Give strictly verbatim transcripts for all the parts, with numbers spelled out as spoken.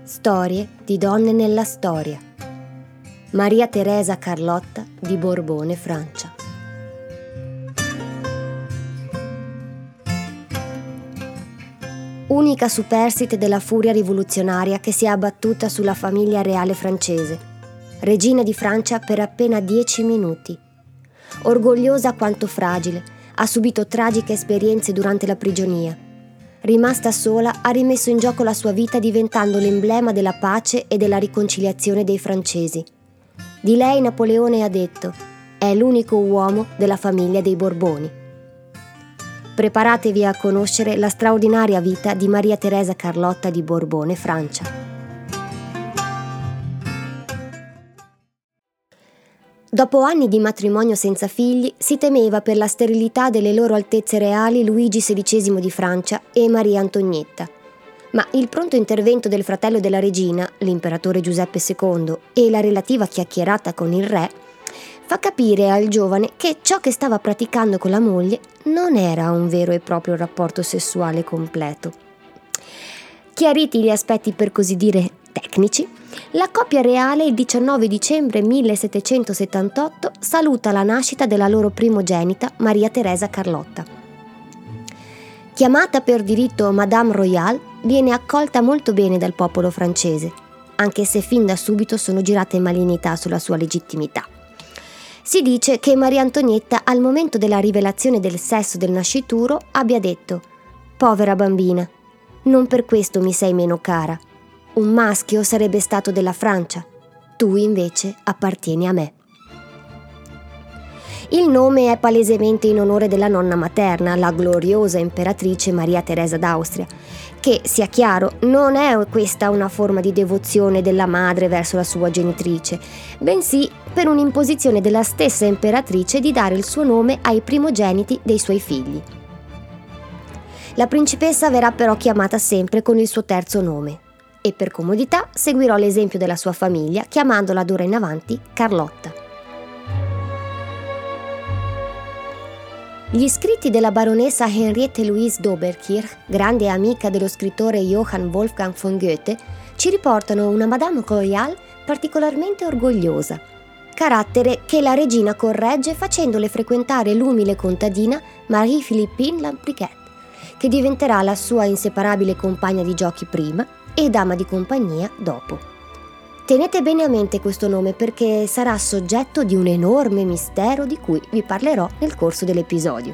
Storie di donne nella storia. Maria Teresa Carlotta di Borbone, Francia. Unica superstite della furia rivoluzionaria che si è abbattuta sulla famiglia reale francese, regina di Francia per appena dieci minuti. Orgogliosa quanto fragile, ha subito tragiche esperienze durante la prigionia. Rimasta sola, ha rimesso in gioco la sua vita diventando l'emblema della pace e della riconciliazione dei francesi. Di lei Napoleone ha detto: è l'unico uomo della famiglia dei Borboni. Preparatevi a conoscere la straordinaria vita di Maria Teresa Carlotta di Borbone, Francia. Dopo anni di matrimonio senza figli, si temeva per la sterilità delle loro altezze reali Luigi sedicesimo di Francia e Maria Antonietta. Ma il pronto intervento del fratello della regina, l'imperatore Giuseppe secondo, e la relativa chiacchierata con il re, fa capire al giovane che ciò che stava praticando con la moglie non era un vero e proprio rapporto sessuale completo. Chiariti gli aspetti per così dire tecnici, la coppia reale il diciannove dicembre millesettecentosettantotto saluta la nascita della loro primogenita Maria Teresa Carlotta. Chiamata per diritto Madame Royale, viene accolta molto bene dal popolo francese, anche se fin da subito sono girate malignità sulla sua legittimità. Si dice che Maria Antonietta al momento della rivelazione del sesso del nascituro abbia detto: «Povera bambina, non per questo mi sei meno cara. Un maschio sarebbe stato della Francia, tu invece appartieni a me». Il nome è palesemente in onore della nonna materna, la gloriosa imperatrice Maria Teresa d'Austria, che, sia chiaro, non è questa una forma di devozione della madre verso la sua genitrice, bensì per un'imposizione della stessa imperatrice di dare il suo nome ai primogeniti dei suoi figli. La principessa verrà però chiamata sempre con il suo terzo nome, e per comodità seguirò l'esempio della sua famiglia chiamandola d'ora in avanti Carlotta. Gli scritti della baronessa Henriette Louise d'Oberkirch, grande amica dello scrittore Johann Wolfgang von Goethe, ci riportano una Madame Royale particolarmente orgogliosa, carattere che la regina corregge facendole frequentare l'umile contadina Marie-Philippine Lampriquet, che diventerà la sua inseparabile compagna di giochi prima e dama di compagnia dopo. Tenete bene a mente questo nome perché sarà soggetto di un enorme mistero di cui vi parlerò nel corso dell'episodio.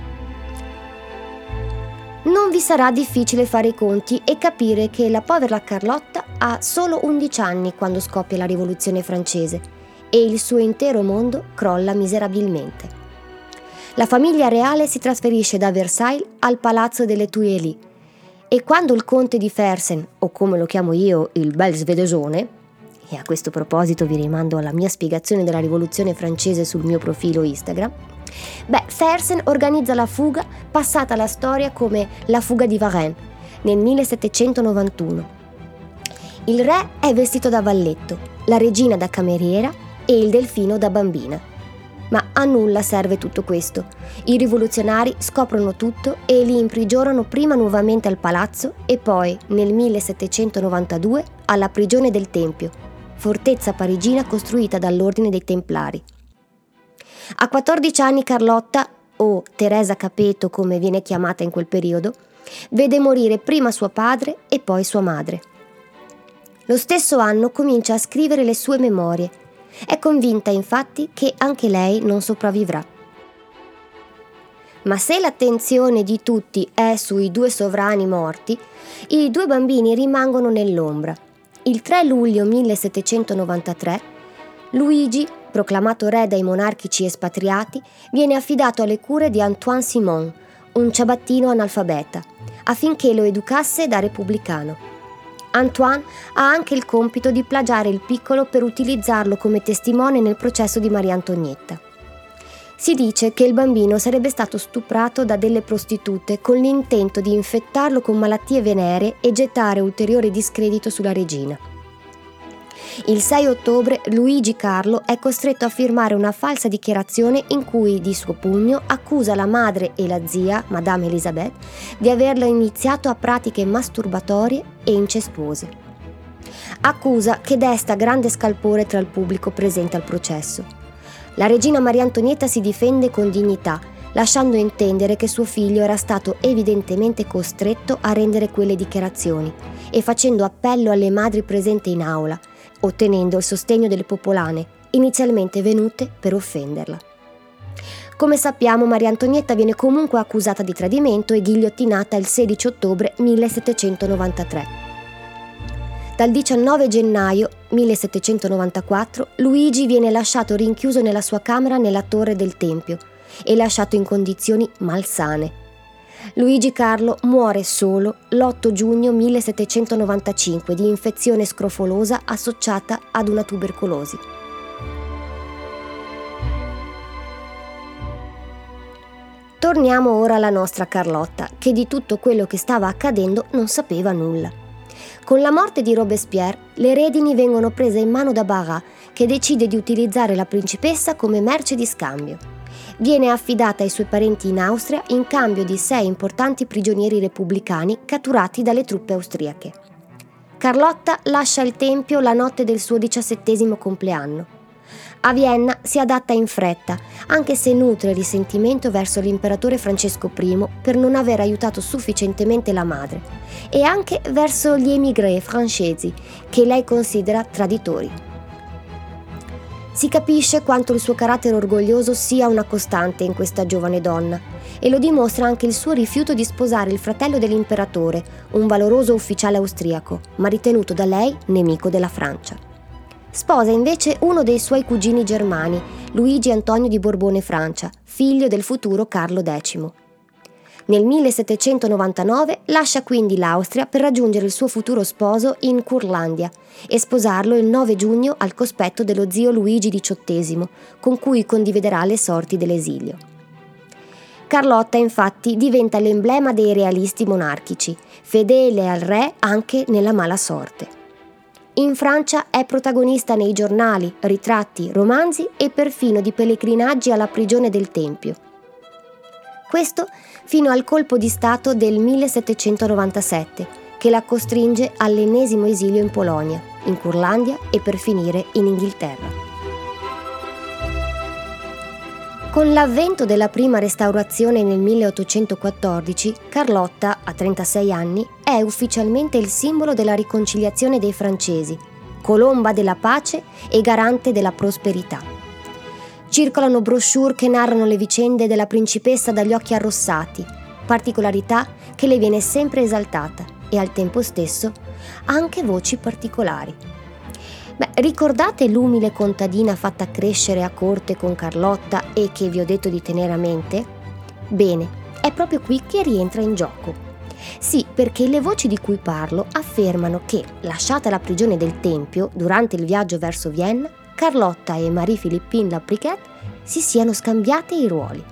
Non vi sarà difficile fare i conti e capire che la povera Carlotta ha solo undici anni quando scoppia la rivoluzione francese e il suo intero mondo crolla miserabilmente. La famiglia reale si trasferisce da Versailles al palazzo delle Tuileries e quando il conte di Fersen, o come lo chiamo io, il bel svedosone, e a questo proposito vi rimando alla mia spiegazione della rivoluzione francese sul mio profilo Instagram, beh, Fersen organizza la fuga passata alla storia come la fuga di Varennes nel millesettecentonovantuno. Il re è vestito da valletto, la regina da cameriera e il delfino da bambina. Ma a nulla serve tutto questo. I rivoluzionari scoprono tutto e li imprigionano prima nuovamente al palazzo e poi, nel millesettecentonovantadue, alla prigione del Tempio, fortezza parigina costruita dall'Ordine dei Templari. A quattordici anni Carlotta, o Teresa Capeto come viene chiamata in quel periodo, vede morire prima suo padre e poi sua madre. Lo stesso anno comincia a scrivere le sue memorie. È convinta infatti che anche lei non sopravvivrà. Ma se l'attenzione di tutti è sui due sovrani morti, i due bambini rimangono nell'ombra. Il tre luglio millesettecentonovantatré, Luigi, proclamato re dai monarchici espatriati, viene affidato alle cure di Antoine Simon, un ciabattino analfabeta, affinché lo educasse da repubblicano. Antoine ha anche il compito di plagiare il piccolo per utilizzarlo come testimone nel processo di Maria Antonietta. Si dice che il bambino sarebbe stato stuprato da delle prostitute con l'intento di infettarlo con malattie veneree e gettare ulteriore discredito sulla regina. Il sei ottobre Luigi Carlo è costretto a firmare una falsa dichiarazione in cui di suo pugno accusa la madre e la zia, Madame Elisabeth, di averlo iniziato a pratiche masturbatorie e incestuose. accusa che desta grande scalpore tra il pubblico presente al processo. La regina Maria Antonietta si difende con dignità, lasciando intendere che suo figlio era stato evidentemente costretto a rendere quelle dichiarazioni e facendo appello alle madri presenti in aula, ottenendo il sostegno delle popolane, inizialmente venute per offenderla. Come sappiamo, Maria Antonietta viene comunque accusata di tradimento e ghigliottinata il sedici ottobre millesettecentonovantatré. Dal diciannove gennaio millesettecentonovantaquattro Luigi viene lasciato rinchiuso nella sua camera nella torre del Tempio e lasciato in condizioni malsane. Luigi Carlo muore solo l'otto giugno millesettecentonovantacinque di infezione scrofolosa associata ad una tubercolosi. Torniamo ora alla nostra Carlotta, che di tutto quello che stava accadendo non sapeva nulla. Con la morte di Robespierre, le redini vengono prese in mano da Barras, che decide di utilizzare la principessa come merce di scambio. Viene affidata ai suoi parenti in Austria in cambio di sei importanti prigionieri repubblicani catturati dalle truppe austriache. Carlotta lascia il Tempio la notte del suo diciassettesimo compleanno. A Vienna si adatta in fretta, anche se nutre risentimento verso l'imperatore Francesco I per non aver aiutato sufficientemente la madre, e anche verso gli émigrés francesi, che lei considera traditori. Si capisce quanto il suo carattere orgoglioso sia una costante in questa giovane donna, e lo dimostra anche il suo rifiuto di sposare il fratello dell'imperatore, un valoroso ufficiale austriaco, ma ritenuto da lei nemico della Francia. Sposa invece uno dei suoi cugini germani, Luigi Antonio di Borbone-Francia, figlio del futuro Carlo decimo. Nel millesettecentonovantanove lascia quindi l'Austria per raggiungere il suo futuro sposo in Curlandia e sposarlo il nove giugno al cospetto dello zio Luigi diciottesimo, con cui condividerà le sorti dell'esilio. Carlotta infatti diventa l'emblema dei realisti monarchici, fedele al re anche nella mala sorte. In Francia è protagonista nei giornali, ritratti, romanzi e perfino di pellegrinaggi alla prigione del Tempio. Questo fino al colpo di Stato del millesettecentonovantasette, che la costringe all'ennesimo esilio in Polonia, in Curlandia e per finire in Inghilterra. Con l'avvento della prima restaurazione nel milleottocentoquattordici, Carlotta, a trentasei anni, è ufficialmente il simbolo della riconciliazione dei francesi, colomba della pace e garante della prosperità. Circolano brochure che narrano le vicende della principessa dagli occhi arrossati, particolarità che le viene sempre esaltata, e al tempo stesso anche voci particolari. Beh, ricordate l'umile contadina fatta crescere a corte con Carlotta e che vi ho detto di tenere a mente? Bene, è proprio qui che rientra in gioco. Sì, perché le voci di cui parlo affermano che, lasciata la prigione del Tempio durante il viaggio verso Vienna, Carlotta e Marie-Philippine Labriquette si siano scambiate i ruoli.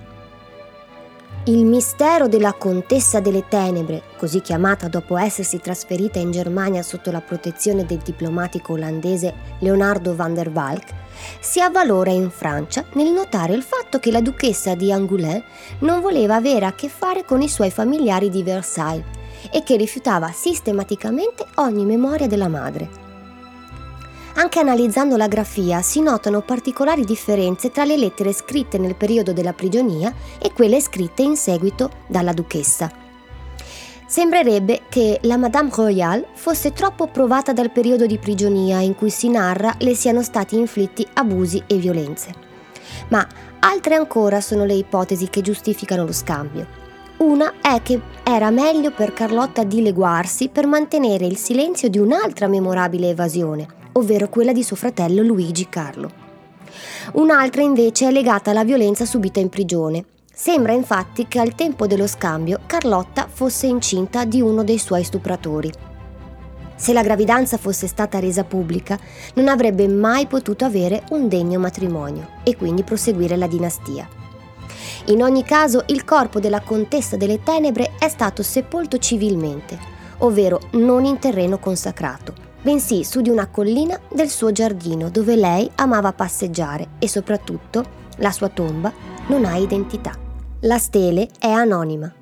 Il mistero della Contessa delle Tenebre, così chiamata dopo essersi trasferita in Germania sotto la protezione del diplomatico olandese Leonardo van der Valk, si avvalora in Francia nel notare il fatto che la duchessa di Angoulême non voleva avere a che fare con i suoi familiari di Versailles e che rifiutava sistematicamente ogni memoria della madre. Anche analizzando la grafia si notano particolari differenze tra le lettere scritte nel periodo della prigionia e quelle scritte in seguito dalla duchessa. Sembrerebbe che la Madame Royale fosse troppo provata dal periodo di prigionia in cui si narra le siano stati inflitti abusi e violenze. Ma altre ancora sono le ipotesi che giustificano lo scambio. Una è che era meglio per Carlotta dileguarsi per mantenere il silenzio di un'altra memorabile evasione, ovvero quella di suo fratello Luigi Carlo. Un'altra invece è legata alla violenza subita in prigione. Sembra infatti che al tempo dello scambio Carlotta fosse incinta di uno dei suoi stupratori. Se la gravidanza fosse stata resa pubblica, non avrebbe mai potuto avere un degno matrimonio e quindi proseguire la dinastia. In ogni caso, il corpo della Contessa delle Tenebre è stato sepolto civilmente, ovvero non in terreno consacrato, bensì su di una collina del suo giardino dove lei amava passeggiare e soprattutto la sua tomba non ha identità. La stele è anonima.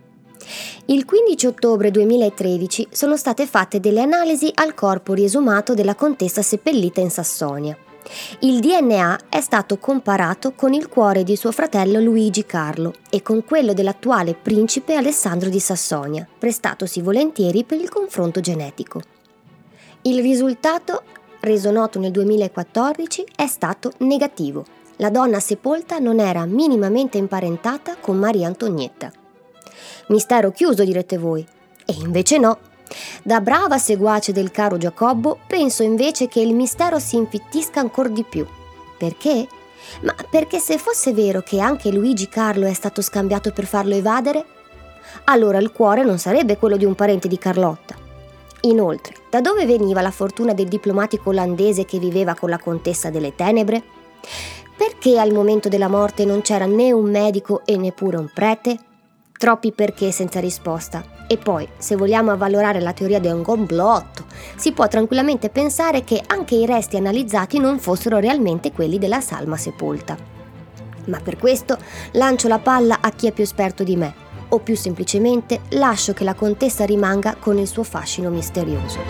Il quindici ottobre duemilatredici sono state fatte delle analisi al corpo riesumato della contessa seppellita in Sassonia. Il D N A è stato comparato con il cuore di suo fratello Luigi Carlo e con quello dell'attuale principe Alessandro di Sassonia, prestatosi volentieri per il confronto genetico. Il risultato, reso noto nel duemilaquattordici, è stato negativo. La donna sepolta non era minimamente imparentata con Maria Antonietta. Mistero chiuso, direte voi. E invece no. Da brava seguace del caro Giacobbo, penso invece che il mistero si infittisca ancora di più. Perché? Ma perché se fosse vero che anche Luigi Carlo è stato scambiato per farlo evadere, allora il cuore non sarebbe quello di un parente di Carlotta. Inoltre, da dove veniva la fortuna del diplomatico olandese che viveva con la contessa delle tenebre? Perché al momento della morte non c'era né un medico e neppure un prete? Troppi perché senza risposta. E poi, se vogliamo avvalorare la teoria di un complotto, si può tranquillamente pensare che anche i resti analizzati non fossero realmente quelli della salma sepolta. Ma per questo lancio la palla a chi è più esperto di me, o più semplicemente lascio che la contessa rimanga con il suo fascino misterioso.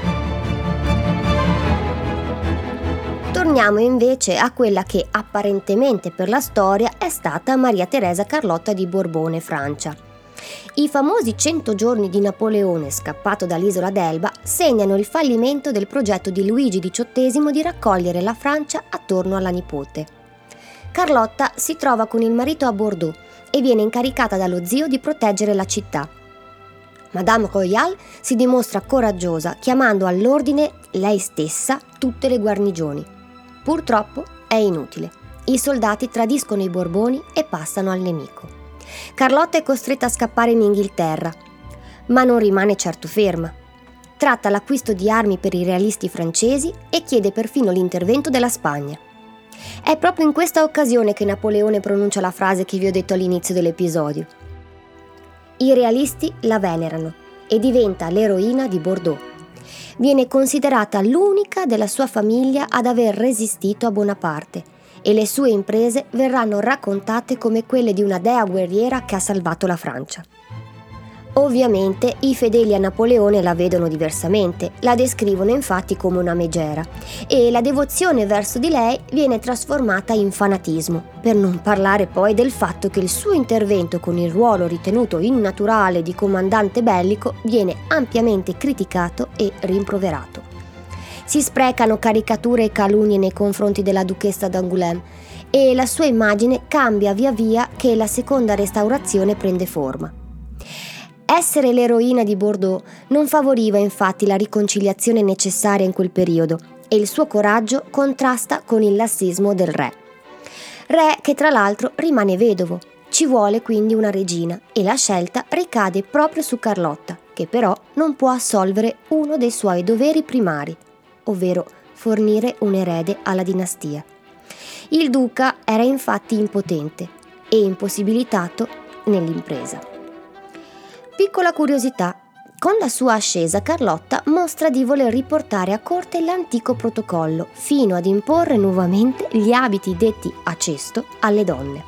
Torniamo invece a quella che apparentemente per la storia è stata Maria Teresa Carlotta di Borbone, Francia. I famosi cento giorni di Napoleone scappato dall'isola d'Elba segnano il fallimento del progetto di Luigi diciottesimo di raccogliere la Francia attorno alla nipote. Carlotta si trova con il marito a Bordeaux e viene incaricata dallo zio di proteggere la città. Madame Royale si dimostra coraggiosa, chiamando all'ordine lei stessa tutte le guarnigioni. Purtroppo è inutile. I soldati tradiscono i Borboni e passano al nemico. Carlotta è costretta a scappare in Inghilterra, ma non rimane certo ferma. Tratta l'acquisto di armi per i realisti francesi e chiede perfino l'intervento della Spagna. È proprio in questa occasione che Napoleone pronuncia la frase che vi ho detto all'inizio dell'episodio. I realisti la venerano e diventa l'eroina di Bordeaux. Viene considerata l'unica della sua famiglia ad aver resistito a Bonaparte e le sue imprese verranno raccontate come quelle di una dea guerriera che ha salvato la Francia. Ovviamente i fedeli a Napoleone la vedono diversamente, la descrivono infatti come una megera e la devozione verso di lei viene trasformata in fanatismo, per non parlare poi del fatto che il suo intervento con il ruolo ritenuto innaturale di comandante bellico viene ampiamente criticato e rimproverato. Si sprecano caricature e calunnie nei confronti della duchessa d'Angoulême e la sua immagine cambia via via che la seconda restaurazione prende forma. Essere l'eroina di Bordeaux non favoriva infatti la riconciliazione necessaria in quel periodo e il suo coraggio contrasta con il lassismo del re. Re che tra l'altro rimane vedovo. Ci vuole quindi una regina e la scelta ricade proprio su Carlotta, che però non può assolvere uno dei suoi doveri primari, ovvero fornire un erede alla dinastia. Il duca era infatti impotente e impossibilitato nell'impresa. Piccola curiosità, con la sua ascesa Carlotta mostra di voler riportare a corte l'antico protocollo, fino ad imporre nuovamente gli abiti detti a cesto alle donne.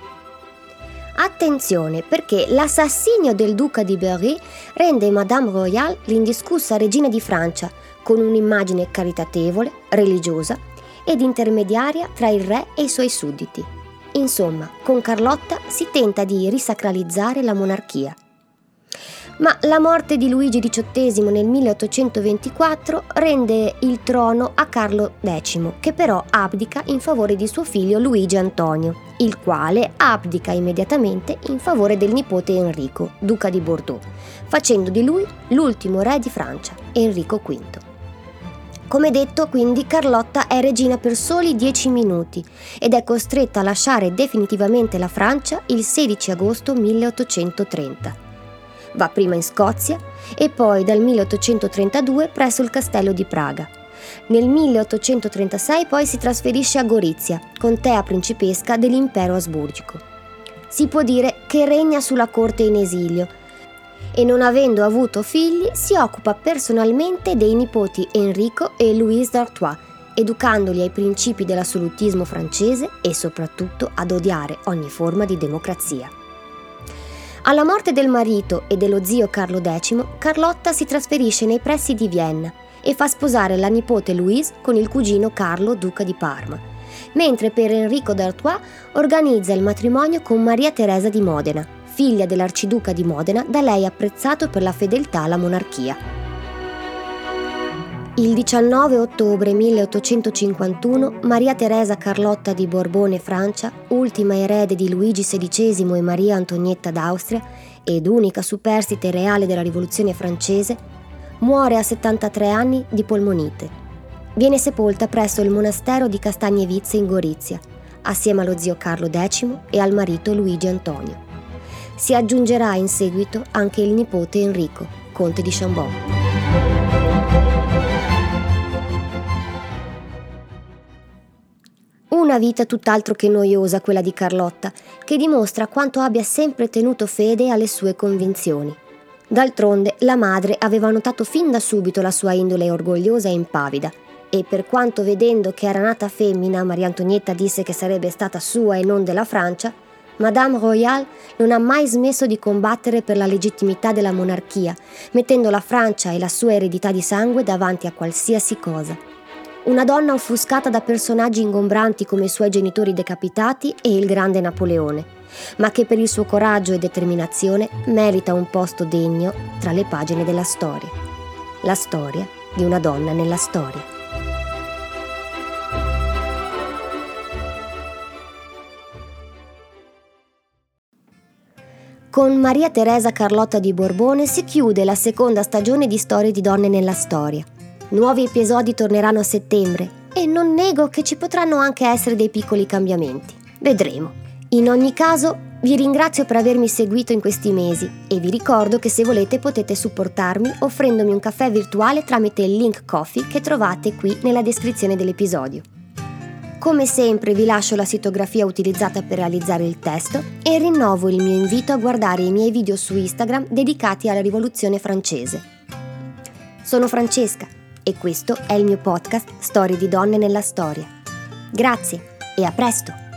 Attenzione, perché l'assassinio del duca di Berry rende Madame Royale l'indiscussa regina di Francia, con un'immagine caritatevole, religiosa ed intermediaria tra il re e i suoi sudditi. Insomma, con Carlotta si tenta di risacralizzare la monarchia. Ma la morte di Luigi diciottesimo nel milleottocentoventiquattro rende il trono a Carlo decimo, che però abdica in favore di suo figlio Luigi Antonio, il quale abdica immediatamente in favore del nipote Enrico, duca di Bordeaux, facendo di lui l'ultimo re di Francia, Enrico quinto. Come detto, quindi, Carlotta è regina per soli dieci minuti ed è costretta a lasciare definitivamente la Francia il sedici agosto milleottocentotrenta. Va prima in Scozia e poi dal milleottocentotrentadue presso il castello di Praga. Nel milleottocentotrentasei poi si trasferisce a Gorizia, contea principesca dell'impero asburgico. Si può dire che regna sulla corte in esilio e, non avendo avuto figli, si occupa personalmente dei nipoti Enrico e Louise d'Artois, educandoli ai principi dell'assolutismo francese e soprattutto ad odiare ogni forma di democrazia. Alla morte del marito e dello zio Carlo decimo, Carlotta si trasferisce nei pressi di Vienna e fa sposare la nipote Louise con il cugino Carlo, duca di Parma, mentre per Enrico d'Artois organizza il matrimonio con Maria Teresa di Modena, figlia dell'arciduca di Modena, da lei apprezzato per la fedeltà alla monarchia. Il diciannove ottobre milleottocentocinquantuno Maria Teresa Carlotta di Borbone-Francia, ultima erede di Luigi sedicesimo e Maria Antonietta d'Austria ed unica superstite reale della rivoluzione francese, muore a settantatré anni di polmonite. Viene sepolta presso il monastero di Castagnevizze in Gorizia, assieme allo zio Carlo decimo e al marito Luigi Antonio. Si aggiungerà in seguito anche il nipote Enrico, conte di Chambord. Una vita tutt'altro che noiosa quella di Carlotta, che dimostra quanto abbia sempre tenuto fede alle sue convinzioni. D'altronde, la madre aveva notato fin da subito la sua indole orgogliosa e impavida, e per quanto vedendo che era nata femmina, Maria Antonietta disse che sarebbe stata sua e non della Francia, Madame Royale non ha mai smesso di combattere per la legittimità della monarchia, mettendo la Francia e la sua eredità di sangue davanti a qualsiasi cosa. Una donna offuscata da personaggi ingombranti come i suoi genitori decapitati e il grande Napoleone, ma che per il suo coraggio e determinazione merita un posto degno tra le pagine della storia. La storia di una donna nella storia. Con Maria Teresa Carlotta di Borbone si chiude la seconda stagione di Storie di donne nella storia. Nuovi episodi torneranno a settembre e non nego che ci potranno anche essere dei piccoli cambiamenti. Vedremo. In ogni caso, vi ringrazio per avermi seguito in questi mesi e vi ricordo che se volete potete supportarmi offrendomi un caffè virtuale tramite il link Ko-fi che trovate qui nella descrizione dell'episodio. Come sempre vi lascio la sitografia utilizzata per realizzare il testo e rinnovo il mio invito a guardare i miei video su Instagram dedicati alla Rivoluzione francese. Sono Francesca e questo è il mio podcast Storie di donne nella storia. Grazie e a presto!